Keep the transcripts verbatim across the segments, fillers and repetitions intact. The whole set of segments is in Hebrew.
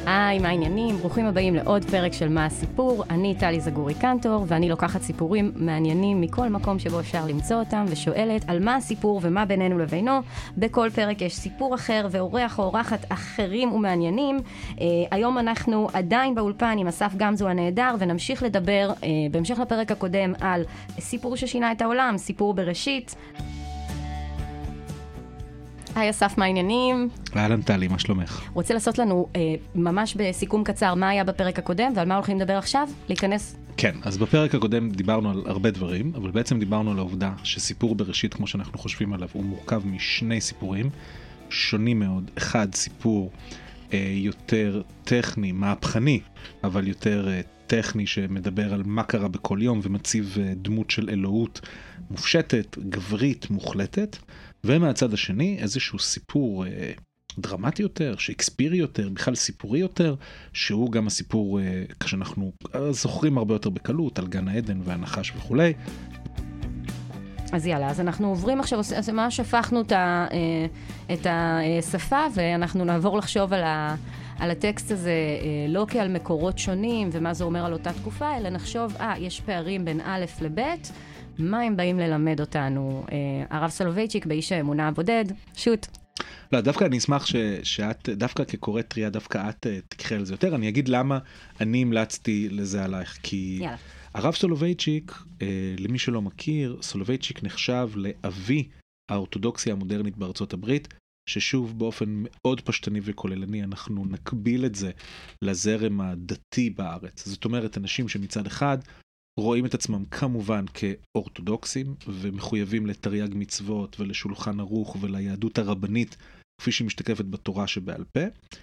היי, מה העניינים? ברוכים הבאים לעוד פרק של מה הסיפור. אני טלי זגורי קנטור, ואני לוקחת סיפורים מעניינים מכל מקום שבו אפשר למצוא אותם, ושואלת על מה הסיפור ומה בינינו לבינו. בכל פרק יש סיפור אחר, ואורח או אורחת אחרים ומעניינים. אה, היום אנחנו עדיין באולפן עם אסף גמזו הנהדר, ונמשיך לדבר אה, בהמשך לפרק הקודם על סיפור ששינה את העולם, סיפור בראשית. היי אסף, מה העניינים? אהלן טלי, מה שלומך? רוצה לעשות לנו אה, ממש בסיכום קצר מה היה בפרק הקודם ועל מה הולכים לדבר עכשיו? להיכנס? כן, אז בפרק הקודם דיברנו על הרבה דברים, אבל בעצם דיברנו על העובדה שסיפור בראשית, כמו שאנחנו חושבים עליו, הוא מורכב משני סיפורים שונים מאוד. אחד, סיפור אה, יותר טכני, מהפכני, אבל יותר אה, טכני שמדבר על מה קרה בכל יום ומציב אה, דמות של אלוהות מופשטת, גברית, מוחלטת. ומהצד השני, איזשהו סיפור אה, דרמטי יותר, שייקספירי יותר, בכלל סיפורי יותר, שהוא גם הסיפור, אה, כשאנחנו אה, זוכרים הרבה יותר בקלות, על גן העדן והנחש וכולי. אז יאללה, אז אנחנו עוברים עכשיו, אז ממש הפכנו את, ה, אה, את השפה, ואנחנו נעבור לחשוב על, ה, על הטקסט הזה, אה, לא כעל מקורות שונים, ומה זה אומר על אותה תקופה, אלא נחשוב, אה, יש פערים בין א' לב', מה הם באים ללמד אותנו? אה, הרב סולובייצ'יק באיש האמונה הבודד, שוט. לא, דווקא אני אשמח ש, שאת, דווקא כקוראת טריה, דווקא את תקחי על זה יותר. אני אגיד למה אני המלצתי לזה עלייך, כי יאללה. הרב סולובייצ'יק, אה, למי שלא מכיר, סולובייצ'יק נחשב לאבי האורתודוקסיה המודרנית בארצות הברית, ששוב באופן מאוד פשטני וכוללני אנחנו נקביל את זה לזרם הדתי בארץ. זאת אומרת, אנשים שמצד אחד רואים את עצמם כמובן כאורתודוקסים ומחויבים לתרי"ג מצוות ולשולחן ערוך וליהדות הרבנית כפי שהיא משתקפת בתורה שבעל פה,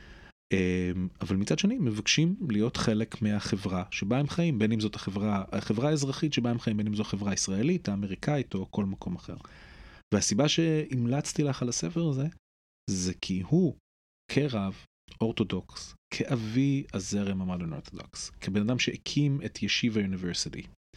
אבל מצד שני מבקשים להיות חלק מהחברה שבה הם חיים, בין אם זאת החברה, החברה האזרחית שבה הם חיים, בין אם זו החברה הישראלית, האמריקאית או כל מקום אחר. והסיבה שהמלצתי לך על הספר הזה זה כי הוא כרב אורתודוקס, כאבי הזרם המודרן אורתודוקס, כבן אדם שהקים את ישיבה יוניברסיטי,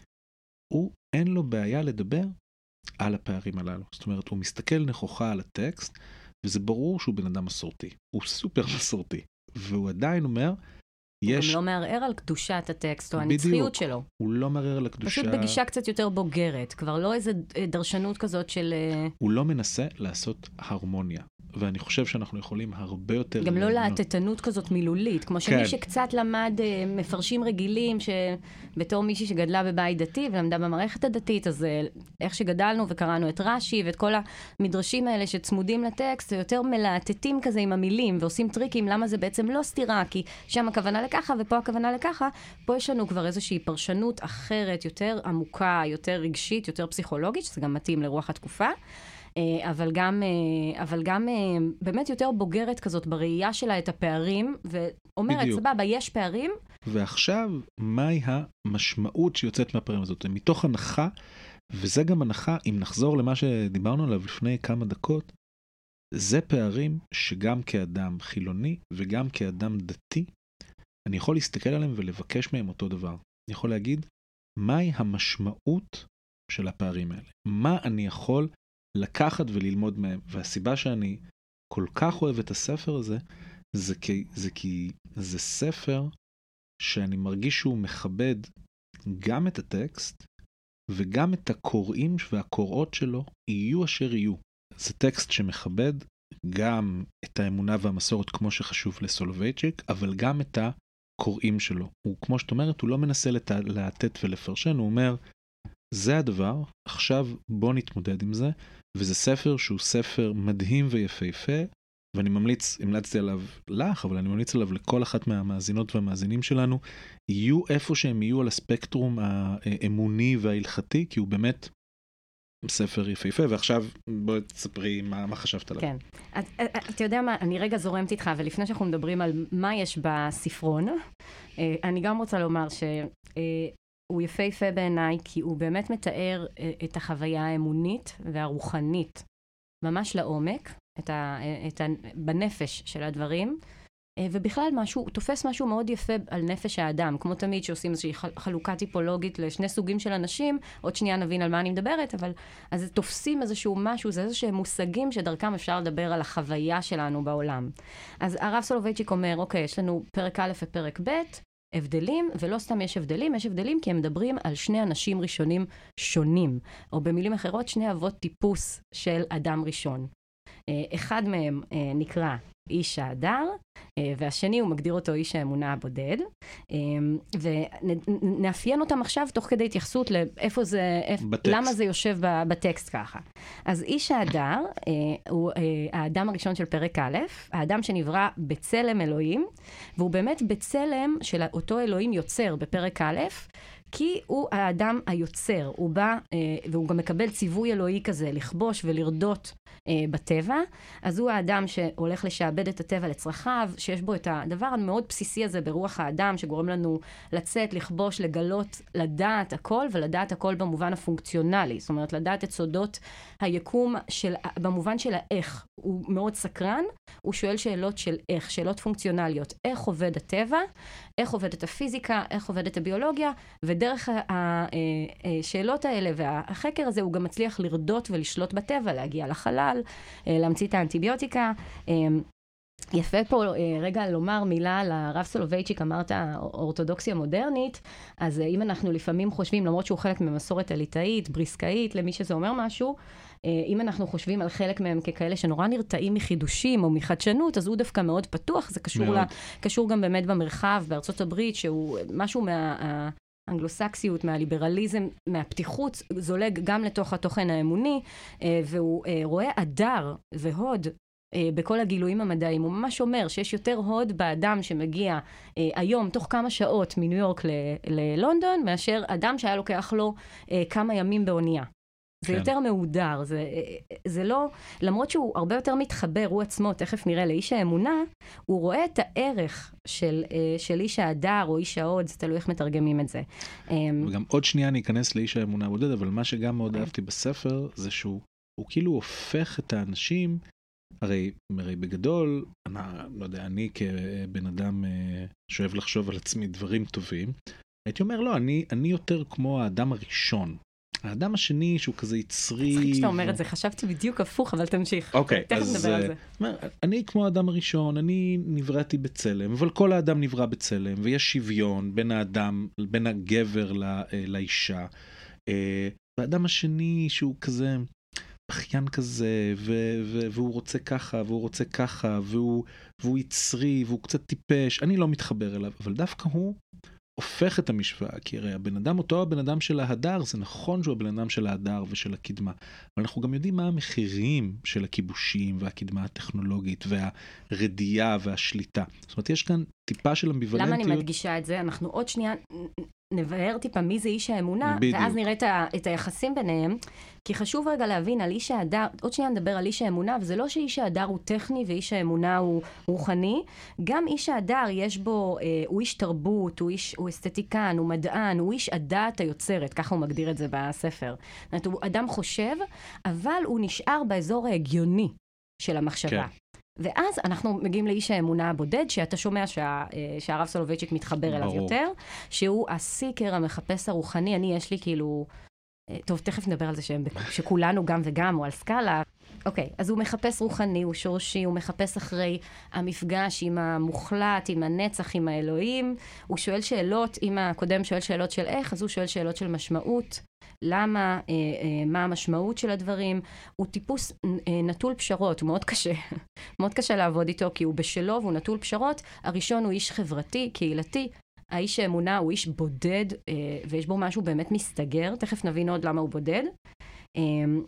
הוא אין לו בעיה לדבר על הפערים הללו. זאת אומרת, הוא מסתכל נכוחה על הטקסט, וזה ברור שהוא בן אדם מסורתי. הוא סופר מסורתי. והוא עדיין אומר, יש... הוא גם לא מערער על קדושת הטקסט או הנצחיות שלו. הוא לא מערער על הקדושה... פשוט בגישה קצת יותר בוגרת, כבר לא איזו דרשנות כזאת של... הוא לא מנסה לעשות הרמוניה. ואני חושב שאנחנו יכולים הרבה יותר... גם לא להטטנות כזאת מילולית, כמו שמי כן. שקצת למד מפרשים רגילים, שבתור מישהי שגדלה בבית דתי ולמדה במערכת הדתית, אז איך שגדלנו וקראנו את רש"י ואת כל המדרשים האלה שצמודים לטקסט, זה יותר מלהטטים כזה עם המילים, ועושים טריקים למה זה בעצם לא סתירה, כי שם הכוונה לככה ופה הכוונה לככה, פה יש לנו כבר איזושהי פרשנות אחרת, יותר עמוקה, יותר רגשית, יותר פסיכולוגית, שזה גם מתאים לרוח התקופה. אבל גם, אבל גם באמת יותר בוגרת כזאת בראייה שלה את הפערים, ואומרת, סבבה, יש פערים. ועכשיו, מהי המשמעות שיוצאת מהפערים הזאת? מתוך הנחה, וזה גם הנחה, אם נחזור למה שדיברנו עליו לפני כמה דקות, זה פערים שגם כאדם חילוני וגם כאדם דתי, אני יכול להסתכל עליהם ולבקש מהם אותו דבר. אני יכול להגיד, מהי המשמעות של הפערים האלה? מה אני יכול לקחת וללמוד מהם, והסיבה שאני כל כך אוהב את הספר הזה, זה כי זה, כי זה ספר שאני מרגיש שהוא מכבד גם את הטקסט, וגם את הקוראים והקוראות שלו, יהיו אשר יהיו. זה טקסט שמכבד גם את האמונה והמסורת, כמו שחשוב לסולובייצ'יק, אבל גם את הקוראים שלו. הוא, כמו שאת אומרת, הוא לא מנסה לתת ולפרשן, הוא אומר, זה הדבר, עכשיו בוא נתמודד עם זה, וזה ספר שהוא ספר מדהים ויפהפה, ואני ממליץ, המלצתי עליו לך, אבל אני ממליץ עליו לכל אחת מהמאזינות והמאזינים שלנו, יהיו איפה שהם יהיו על הספקטרום האמוני וההלכתי, כי הוא באמת ספר יפהפה, ועכשיו בואי תספרי מה, מה חשבת עליו. כן, את, אתה יודע מה, אני רגע זורמת איתך, ולפני שאנחנו מדברים על מה יש בספרון, אני גם רוצה לומר ש... הוא יפהפה בעיניי, כי הוא באמת מתאר את החוויה האמונית והרוחנית, ממש לעומק, את ה, את ה, בנפש של הדברים, ובכלל משהו, הוא תופס משהו מאוד יפה על נפש האדם, כמו תמיד שעושים איזושהי חלוקה טיפולוגית לשני סוגים של אנשים, עוד שנייה נבין על מה אני מדברת, אבל אז תופסים איזשהו משהו, זה איזשהם מושגים שדרכם אפשר לדבר על החוויה שלנו בעולם. אז הרב סולובייצ'יק אומר, אוקיי, יש לנו פרק א' ופרק ב', הבדלים, ולא סתם יש הבדלים, יש הבדלים כי הם מדברים על שני אנשים ראשונים שונים, או במילים אחרות, שני אבות טיפוס של אדם ראשון. אחד מהם נקרא איש ההדר, והשני הוא מגדיר אותו איש האמונה הבודד, ונאפיין אותם עכשיו תוך כדי התייחסות לאיפה זה, למה זה יושב בטקסט ככה. אז איש ההדר הוא האדם הראשון של פרק א', האדם שנברא בצלם אלוהים, והוא באמת בצלם של אותו אלוהים יוצר בפרק א', כי הוא האדם היוצר, הוא בא והוא גם מקבל ציווי אלוהי כזה, לכבוש ולרדות בטבע, אז הוא האדם שהולך לשעבד את הטבע לצרכיו, שיש בו את הדבר המאוד בסיסי הזה ברוח האדם, שגורם לנו לצאת, לכבוש, לגלות, לדעת הכל, ולדעת הכל במובן הפונקציונלי, זאת אומרת, לדעת את סודות היקום של, במובן של האיך. הוא מאוד סקרן, הוא שואל שאלות של איך, שאלות פונקציונליות, איך עובד הטבע, איך עובדת הפיזיקה, איך עובדת הביולוגיה, ודרך השאלות האלה והחקר הזה הוא גם מצליח לרדות ולשלוט בטבע, להגיע לחלל, להמציא את האנטיביוטיקה. יפה פה רגע לומר מילה על הרב סולובייצ'יק, אמרת אורתודוקסיה מודרנית, אז אם אנחנו לפעמים חושבים, למרות שהוא חלק ממסורת אליטאית, בריסקאית, למי שזה אומר משהו, אם אנחנו חושבים על חלק מהם ככאלה שנורא נרתעים מחידושים או מחדשנות, אז הוא דווקא מאוד פתוח, זה קשור, לה, קשור גם באמת במרחב, בארצות הברית, שהוא משהו מה... האנגלוסקסיות, מהליברליזם, מהפתיחות, זולג גם לתוך התוכן האמוני, והוא רואה אדר והוד בכל הגילויים המדעיים. הוא ממש אומר שיש יותר הוד באדם שמגיע היום, תוך כמה שעות מניו יורק ללונדון, מאשר אדם שהיה לוקח לו כמה ימים באונייה. זה כן. יותר מהודר, זה, זה לא, למרות שהוא הרבה יותר מתחבר, הוא עצמו, תכף נראה לאיש האמונה, הוא רואה את הערך של, של איש ההדר או איש ההוד, זה תלוי איך מתרגמים את זה. וגם עוד שנייה אני אכנס לאיש האמונה הבודד, אבל מה שגם מאוד אהבתי בספר, זה שהוא הוא כאילו הופך את האנשים, הרי, הרי בגדול, אני, לא יודע, אני כבן אדם שאוהב לחשוב על עצמי דברים טובים, הייתי אומר, לא, אני, אני יותר כמו האדם הראשון. האדם השני שהוא כזה יצרי... צריך שאתה אומר את זה, חשבתי בדיוק הפוך, אבל תמשיך. אוקיי, תכף נדבר על זה. אני כמו האדם הראשון, אני נבראתי בצלם, אבל כל האדם נברא בצלם, ויש שוויון בין האדם, בין הגבר לאישה. והאדם השני שהוא כזה בכיין כזה, והוא רוצה ככה, והוא רוצה ככה, והוא יצרי, והוא קצת טיפש, אני לא מתחבר אליו, אבל דווקא הוא הופך את המשוואה, כי הרי הבן אדם, אותו הבן אדם של ההדר, זה נכון שהוא הבן אדם של ההדר ושל הקדמה, אבל אנחנו גם יודעים מה המחירים של הכיבושים והקדמה הטכנולוגית והרדיעה והשליטה. זאת אומרת, יש כאן טיפה של אמביוולנטיות. למה אני מדגישה את זה? אנחנו עוד שנייה נבהר טיפה מי זה איש האמונה, בדיוק. ואז נראה את, ה, את היחסים ביניהם, כי חשוב רגע להבין על איש ההדר, עוד שנייה נדבר על איש האמונה, וזה לא שאיש ההדר הוא טכני ואיש האמונה הוא רוחני, גם איש ההדר יש בו, אה, הוא איש תרבות, הוא, איש, הוא אסתטיקן, הוא מדען, הוא איש הדעת היוצרת, ככה הוא מגדיר את זה בספר. זאת אומרת, הוא אדם חושב, אבל הוא נשאר באזור ההגיוני של המחשבה. כן. ואז אנחנו מגיעים לאיש האמונה הבודד, שאתה שומע שה, שהרב סולובייצ'יק מתחבר אליו יותר, שהוא הסיקר המחפש הרוחני. אני, יש לי כאילו... טוב, תכף נדבר על זה שהם, שכולנו גם וגם, או על סקאלה. אוקיי, אז הוא מחפש רוחני, הוא שורשי, הוא מחפש אחרי המפגש עם המוחלט, עם הנצח, עם האלוהים. הוא שואל שאלות, אם הקודם שואל שאלות של איך, אז הוא שואל שאלות של משמעות. למה, אה, אה, מה המשמעות של הדברים. הוא טיפוס אה, נטול פשרות, הוא מאוד קשה. מאוד קשה לעבוד איתו, כי הוא בשלו והוא נטול פשרות. הראשון הוא איש חברתי, קהילתי. האיש האמונה הוא איש בודד, אה, ויש בו משהו באמת מסתגר. תכף נבין עוד למה הוא בודד. אה,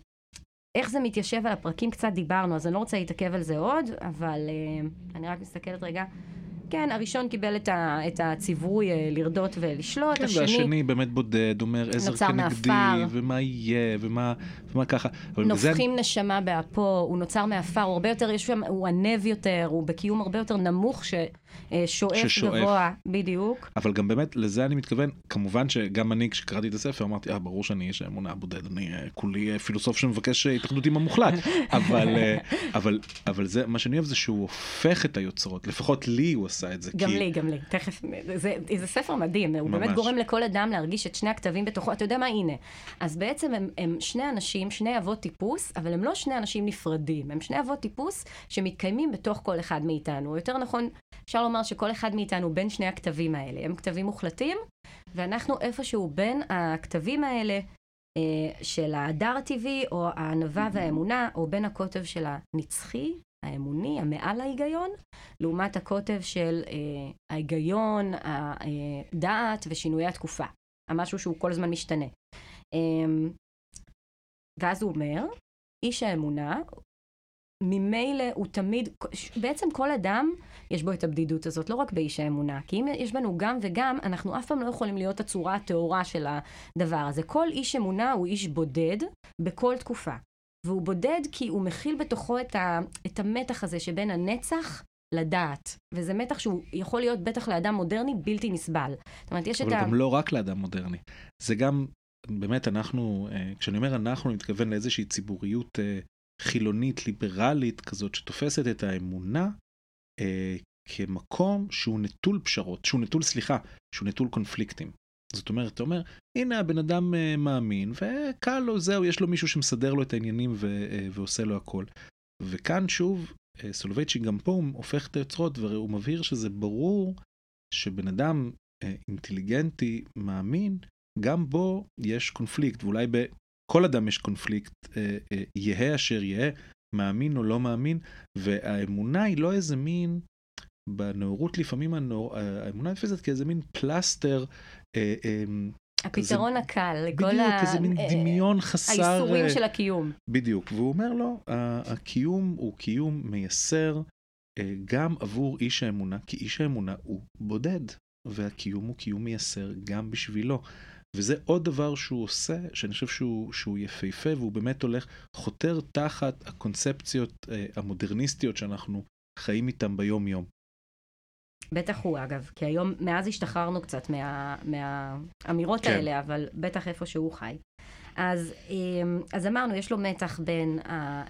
איך זה מתיישב על הפרקים? קצת דיברנו, אז אני לא רוצה להתעכב על זה עוד, אבל אה, אני רק מסתכלת רגע. כן, הראשון קיבל את, ה, את הציווי לרדות ולשלוט, כן, השני... והשני באמת בודד, אומר עזר כנגדי, ומה יהיה, ומה, ומה ככה. נופחים זה... נשמה באפו, הוא נוצר מאפר, הוא הרבה יותר, יש שם, הוא ענב יותר, הוא בקיום הרבה יותר נמוך, ש... שואף גבוה, בדיוק. אבל גם באמת, לזה אני מתכוון, כמובן שגם אני, כשקראתי את הספר, אמרתי, אה, ברור שאני איש אמונה בודד, אני כולי פילוסוף שמבקש התאחדות עם המוחלט, אבל, אבל, אבל זה, מה שאני אוהב זה שהוא הופך את היוצרות, לפחות לי הוא עשה את זה. גם כי... לי, גם לי, תכף, זה, זה ספר מדהים, הוא ממש. באמת גורם לכל אדם להרגיש את שני הכתבים בתוכו, אתה יודע מה, הנה. אז בעצם הם, הם שני אנשים, שני אבות טיפוס, אבל הם לא שני אנשים נפרדים, הם שני אבות טיפוס שמתקיימים בתוך כל אחד מאיתנו. יותר נכון, אפשר לומר שכל אחד מאיתנו בין שני הכתבים האלה. הם כתבים מוחלטים, ואנחנו איפשהו בין הכתבים האלה אה, של ההדר הטבעי, או הענווה והאמונה, או בין הקוטב של הנצחי, האמוני, המעל ההיגיון, לעומת הקוטב של אה, ההיגיון, הדעת ושינויי התקופה. המשהו שהוא כל הזמן משתנה. אה, ואז הוא אומר, איש האמונה, ממילא הוא תמיד, בעצם כל אדם יש בו את הבדידות הזאת, לא רק באיש האמונה, כי אם יש בנו גם וגם, אנחנו אף פעם לא יכולים להיות הצורה התאורה של הדבר הזה. כל איש אמונה הוא איש בודד בכל תקופה, והוא בודד כי הוא מכיל בתוכו את, ה, את המתח הזה שבין הנצח לדעת, וזה מתח שהוא יכול להיות בטח לאדם מודרני בלתי נסבל. זאת אומרת, יש אבל את ה... גם לא רק לאדם מודרני, זה גם, באמת אנחנו, כשאני אומר אנחנו, אני מתכוון לאיזושהי ציבוריות חילונית, ליברלית, כזאת שתופסת את האמונה אה, כמקום שהוא נטול פשרות, שהוא נטול, סליחה, שהוא נטול קונפליקטים. זאת אומרת, אתה אומר, הנה הבן אדם אה, מאמין, וקל לו, זהו, יש לו מישהו שמסדר לו את העניינים ו, אה, ועושה לו הכל. וכאן שוב, אה, סולובייצ'יק גם פה הוא הופך את היוצרות, והוא מבהיר שזה ברור שבן אדם אה, אינטליגנטי, מאמין, גם בו יש קונפליקט, ואולי ב... כל אדם יש קונפליקט, אה, אה, יהיה אשר יהיה, מאמין או לא מאמין, והאמונה היא לא איזה מין, בנאורות לפעמים הנאור, האמונה נפסת כאיזה מין פלסטר, אה, אה, הפתרון כזה, הקל, לכל בדיוק, ה... איזה מין דמיון חסר... האיסורים של הקיום. בדיוק, והוא אומר לו, הקיום הוא קיום מייסר, אה, גם עבור איש האמונה, כי איש האמונה הוא בודד, והקיום הוא קיום מייסר גם בשבילו. וזה עוד דבר שהוא עושה, שאני חושב שהוא, שהוא יפהפה, והוא באמת הולך, חותר תחת הקונספציות אה, המודרניסטיות שאנחנו חיים איתם ביום יום. בטח הוא אגב, כי היום, מאז השתחררנו קצת מה, מהאמירות כן. האלה, אבל בטח איפה שהוא חי. אז, אז אמרנו, יש לו מתח בין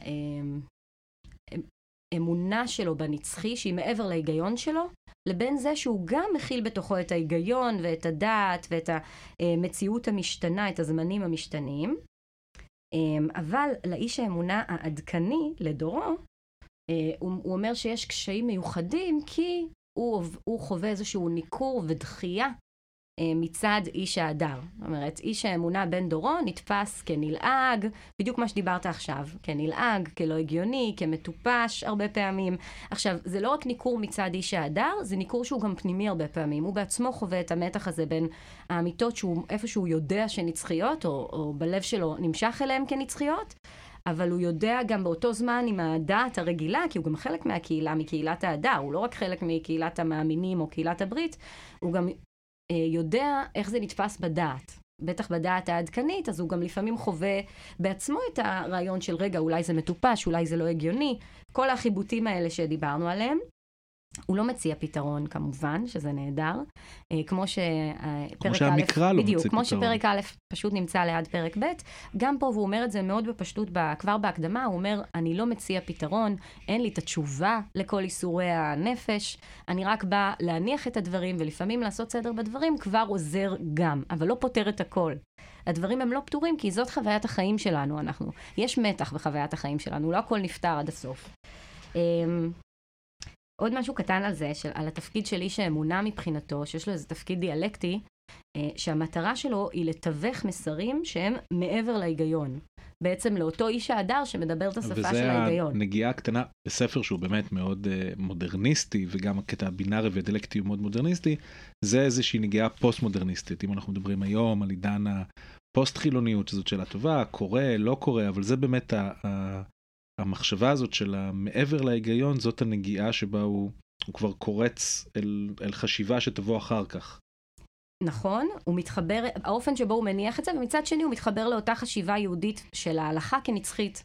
האמונה שלו בנצחי, שהיא מעבר להיגיון שלו, לבין זה שהוא גם מכיל בתוכו את ההיגיון ואת הדעת ואת המציאות המשתנה, את הזמנים המשתנים. אבל לאיש האמונה העדכני, לדורו, הוא אומר שיש קשיים מיוחדים כי הוא, הוא חווה איזשהו ניכור ודחייה מצד איש ההדר. זאת אומרת, איש האמונה בן דורו נתפס כנלעג, בדיוק מה שדיברת עכשיו, כנלעג, כלא הגיוני, כמטופש הרבה פעמים. עכשיו, זה לא רק ניכור מצד איש ההדר, זה ניכור שהוא גם פנימי הרבה פעמים. הוא בעצמו חווה את המתח הזה בין האמיתות שהוא איפשהו יודע שנצחיות, או, או בלב שלו נמשך אליהם כנצחיות, אבל הוא יודע גם באותו זמן עם הדעת הרגילה, כי הוא גם חלק מהקהילה, מקהילת ההדר, הוא לא רק חלק מקהילת המאמינים או קהילת הברית, הוא גם יודע איך זה נתפס בדעת. בטח בדעת העדכנית, אז הוא גם לפעמים חווה בעצמו את הרעיון של רגע, אולי זה מטופש, אולי זה לא הגיוני. כל החיבוטים האלה שדיברנו עליהם. הוא לא מציע פתרון, כמובן, שזה נהדר. כמו שפרק כמו שהמקרא לא בדיוק, מציע כמו פתרון. שפרק א' פשוט נמצא ליד פרק ב', גם פה, והוא אומר את זה מאוד בפשטות, כבר בהקדמה, הוא אומר, אני לא מציע פתרון, אין לי את התשובה לכל איסורי הנפש, אני רק בא להניח את הדברים, ולפעמים לעשות סדר בדברים, כבר עוזר גם, אבל לא פותר את הכל. הדברים הם לא פתורים, כי זאת חוויית החיים שלנו, אנחנו. יש מתח בחוויית החיים שלנו, לא הכל נפתר עד הסוף. עוד משהו קטן על זה, של, על התפקיד של איש האמונה מבחינתו, שיש לו איזה תפקיד דיאלקטי, אה, שהמטרה שלו היא לתווך מסרים שהם מעבר להיגיון. בעצם לאותו איש ההדר שמדבר את השפה של ההיגיון. וזה הנגיעה הקטנה בספר שהוא באמת מאוד uh, מודרניסטי, וגם הקטע הבינארי והדיאלקטי הוא מאוד מודרניסטי, זה איזושהי נגיעה פוסט-מודרניסטית. אם אנחנו מדברים היום על עידן הפוסט-חילוניות, שזאת שאלה טובה, קורה, לא קורה, אבל זה באמת ה... ה המחשבה הזאת של המעבר להיגיון, זאת הנגיעה שבה הוא, הוא כבר קורץ אל, אל חשיבה שתבוא אחר כך. נכון, הוא מתחבר, האופן שבו הוא מניח את זה, ומצד שני הוא מתחבר לאותה חשיבה יהודית של ההלכה כנצחית.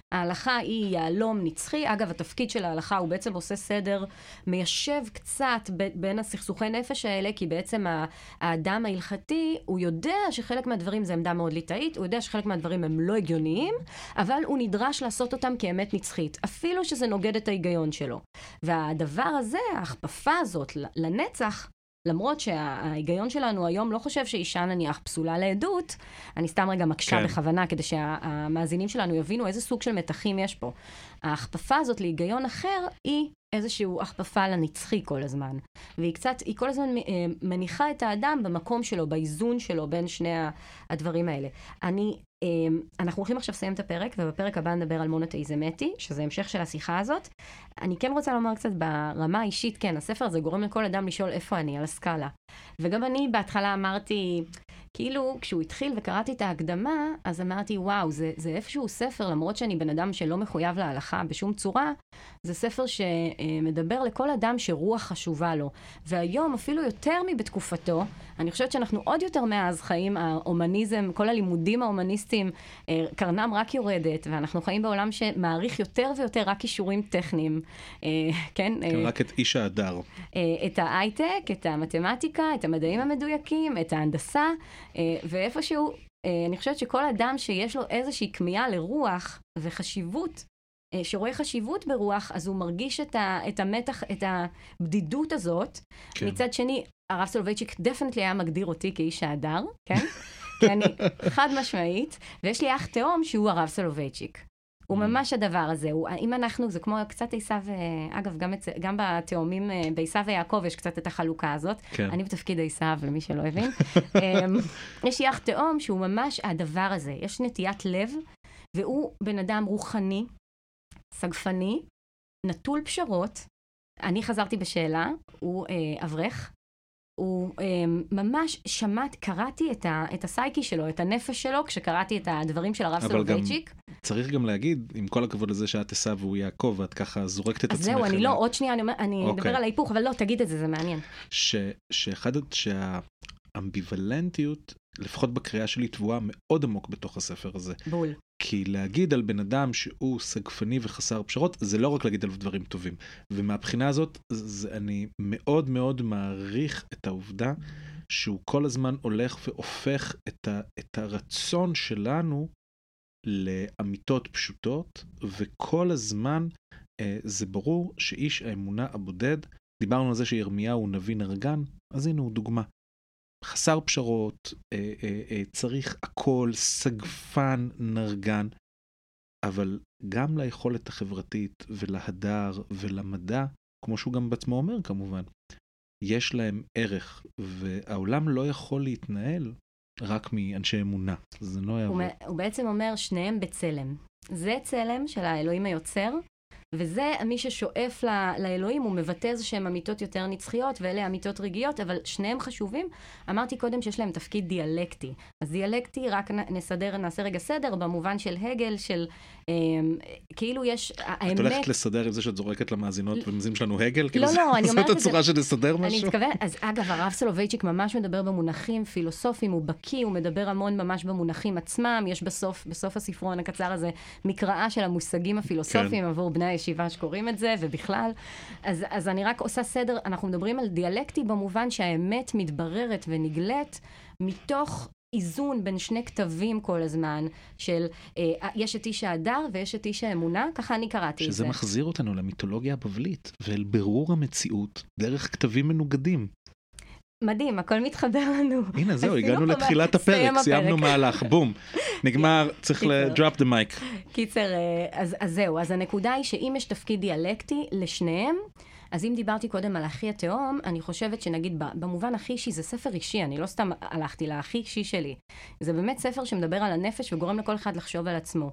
ההלכה היא יעלום נצחי. אגב, התפקיד של ההלכה הוא בעצם עושה סדר, מיישב קצת ב- בין הסכסוכי נפש האלה, כי בעצם האדם ההלכתי, הוא יודע שחלק מהדברים זה עמדה מאוד ליטאית, הוא יודע שחלק מהדברים הם לא הגיוניים, אבל הוא נדרש לעשות אותם כאמת נצחית, אפילו שזה נוגד את ההיגיון שלו. והדבר הזה, ההכפפה הזאת לנצח, למרות שההיגיון שלנו היום לא חושב שאישה נניח פסולה לעדות, אני סתם רגע מקשה כן. בכוונה, כדי שהמאזינים שלנו יבינו איזה סוג של מתחים יש פה. ההכפפה הזאת להיגיון אחר היא איזשהו הכפפה לנצחי כל הזמן. והיא קצת, היא כל הזמן מניחה את האדם במקום שלו, באיזון שלו בין שני הדברים האלה. אני, אנחנו הולכים עכשיו לסיים את הפרק, ובפרק הבא נדבר על מונותאיזם אתי, שזה המשך של השיחה הזאת. אני כן רוצה לומר קצת ברמה האישית, כן, הספר הזה גורם לכל אדם לשאול איפה אני, על הסקאלה. וגם אני בהתחלה אמרתי, כאילו, כשהוא התחיל וקראתי את ההקדמה, אז אמרתי, וואו, זה, זה איפשהו ספר, למרות שאני בן אדם שלא מחויב להלכה בשום צורה, זה ספר שמדבר לכל אדם שרוח חשובה לו. והיום, אפילו יותר מבתקופתו, אני חושבת שאנחנו עוד יותר מאז חיים, האומניזם, כל הלימודים האומניסטיים, קרנם רק יורדת, ואנחנו חיים בעולם שמעריך יותר ויותר רק אישורים טכניים, כן? רק את איש ההדר. את ההייטק, את המתמטיקה, את המדעים המדויקים, את ההנדסה, ואיפשהו, אני חושבת שכל אדם שיש לו איזושהי כמיהה לרוח וחשיבות, שרואה חשיבות ברוח, אז הוא מרגיש את, ה, את המתח, את הבדידות הזאת. כן. מצד שני, הרב סולובייצ'יק דפנטלי היה מגדיר אותי כאיש ההדר, כן? כי אני חד משמעית, ויש לי אח תאום שהוא הרב סולובייצ'יק. הוא ממש הדבר הזה. הוא, אם אנחנו, זה כמו קצת עשיו, אגב, גם, גם בתאומים, בעשיו ויעקב יש קצת את החלוקה הזאת. כן. אני בתפקיד עשיו, למי שלא הבין. יש לי אח תאום שהוא ממש הדבר הזה. יש נטיית לב, והוא בן אדם רוחני, סגפני, נטול פשרות. אני חזרתי בשאלה, הוא אה, אברך. הוא אה, ממש שמעת, קראתי את, ה, את הסייקי שלו, את הנפש שלו, כשקראתי את הדברים של הרב סולובייצ'יק. צריך גם להגיד, עם כל הכבוד לזה שאת עשיו והוא יעקב, ואת ככה זורקת את עצמך. אז זהו, אני לא, עוד שנייה, אני, אני okay. אדבר על ההיפוך, אבל לא, תגיד את זה, זה מעניין. ש, שאחד, שהאמביוולנטיות, לפחות בקריאה שלי, טבועה מאוד עמוק בתוך הספר הזה. בול. כי להגיד על בן אדם שהוא סגפני וחסר פשרות, זה לא רק להגיד על דברים טובים. ומהבחינה הזאת, זה, אני מאוד מאוד מעריך את העובדה שהוא כל הזמן הולך והופך את, ה, את הרצון שלנו לאמיתות פשוטות, וכל הזמן אה, זה ברור שאיש האמונה הבודד, דיברנו על זה שירמיהו הוא נביא נרגן, אז הנה הוא דוגמה. חסר פשרות, אה, אה, אה, צריך הכל, סגפן, נרגן, אבל גם ליכולת החברתית ולהדר ולמדע, כמו שהוא גם בעצמו אומר כמובן, יש להם ערך, והעולם לא יכול להתנהל רק מאנשי אמונה. זה לא יעבור. הוא, הוא בעצם אומר שניהם בצלם. זה צלם של האלוהים היוצר, וזה מי ששואף ל- לאלוהים, הוא מבטא איזה שהם אמיתות יותר נצחיות, ואלה אמיתות רגעיות, אבל שניהם חשובים. אמרתי קודם שיש להם תפקיד דיאלקטי. אז דיאלקטי, רק נסדר, נעשה רגע סדר, במובן של הגל, של אה, כאילו יש, האמת... את הולכת לסדר עם זה שאת זורקת למאזינות ומזים שלנו הגל? לא, לא, אני אומרת את זה. זאת הצורה שנסדר משהו? אני מתכוון, אז אגב, הרב סולובייצ'יק ממש מדבר במונחים פילוסופיים, הוא בקיא, הוא מדבר המון ממש במונחים עצמם, יש בסוף, בסוף הספרון הקצר הזה, מקראה של המושגים הפילוסופיים עבור בני הישיבה שקוראים את זה, ובכלל. אז, אז אני רק עושה סדר, אנחנו מדברים על דיאלקטי במובן שהאמת מתבררת ונגלית מתוך איזון בין שני כתבים כל הזמן, של אה, יש את איש ההדר ויש את איש האמונה, ככה אני קראתי את זה. שזה מחזיר אותנו למיתולוגיה הבבלית, ואל ברור המציאות דרך כתבים מנוגדים. מדהים, הכל מתחבר לנו. הנה, זהו, הגענו לתחילת הפרק, סיימנו מהלך, בום, נגמר, צריך ל-drop the mic. קיצר, אז, אז זהו, אז הנקודה היא שאם יש תפקיד דיאלקטי לשניהם, אז אם דיברתי קודם על אחי התאום, אני חושבת שנגיד במובן הכי אישי, זה ספר אישי, אני לא סתם הלכתי להכי אישי שלי. זה באמת ספר שמדבר על הנפש וגורם לכל אחד לחשוב על עצמו.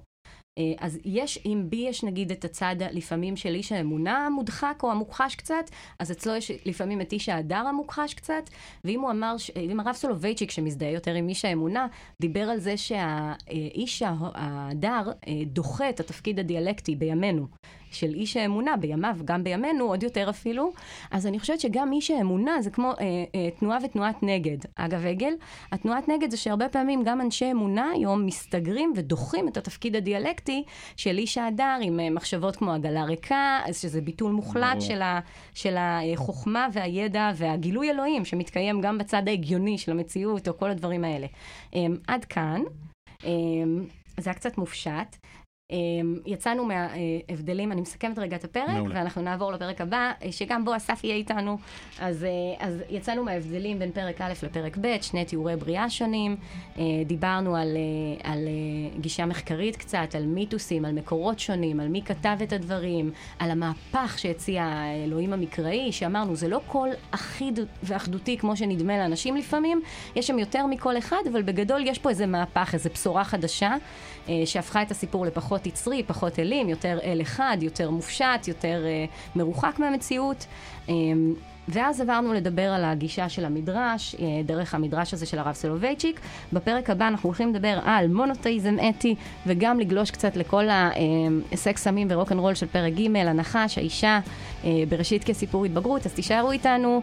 אז יש, אם בי יש נגיד את הצד לפעמים של איש האמונה המודחק או המוכחש קצת, אז אצלו יש לפעמים את איש ההדר המוכחש קצת, ואם הוא אמר, אם הרב סולובייצ'יק שמזדהה יותר עם איש האמונה, דיבר על זה שהאיש ההדר דוחה את התפקיד הדיאלקטי בימינו, של איש האמונה בימיו, גם בימינו, עוד יותר אפילו, אז אני חושבת שגם איש האמונה זה כמו אה, אה, תנועה ותנועת נגד. אגב, הגל, התנועת נגד זה שהרבה פעמים גם אנשי אמונה היום מסתגרים ודוחים את התפקיד הדיאלקטי, פרקטי של איש האדר עם מחשבות כמו עגלה ריקה, שזה ביטול מוחלט של, ה, של החוכמה והידע והגילוי אלוהים שמתקיים גם בצד ההגיוני של המציאות או כל הדברים האלה. עד כאן, זה היה קצת מופשט. יצאנו מההבדלים, אני מסכמת רגע את הפרק, מעולה. ואנחנו נעבור לפרק הבא, שגם בו אסף יהיה איתנו. אז, אז יצאנו מההבדלים בין פרק א' לפרק ב', שני תיאורי בריאה שונים, דיברנו על, על גישה מחקרית קצת, על מיתוסים, על מקורות שונים, על מי כתב את הדברים, על המהפך שהציע האלוהים המקראי, שאמרנו, זה לא כל אחיד ואחדותי כמו שנדמה לאנשים לפעמים, יש שם יותר מכל אחד, אבל בגדול יש פה איזה מהפך, איזה בשורה חדשה, שהפכה את הסיפור לפחות יצרי, פחות אלים, יותר אל אחד, יותר מופשט, יותר uh, מרוחק מהמציאות. Um, ואז עברנו לדבר על הגישה של המדרש, uh, דרך המדרש הזה של הרב סולובייצ'יק. בפרק הבא אנחנו הולכים לדבר על מונותאיזם אתי, וגם לגלוש קצת לכל הסקס, סמים ורוק'נ'רול של פרק ג', הנחש, האישה, uh, בראשית כסיפור התבגרות, אז תישארו איתנו.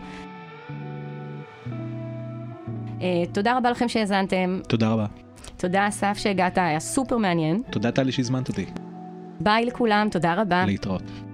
Uh, תודה רבה לכם שהזנתם. תודה רבה. תודה אסף שהגעת, היה סופר מעניין. תודה טלי שהזמנת אותי. ביי לכולם, תודה רבה. להתראות.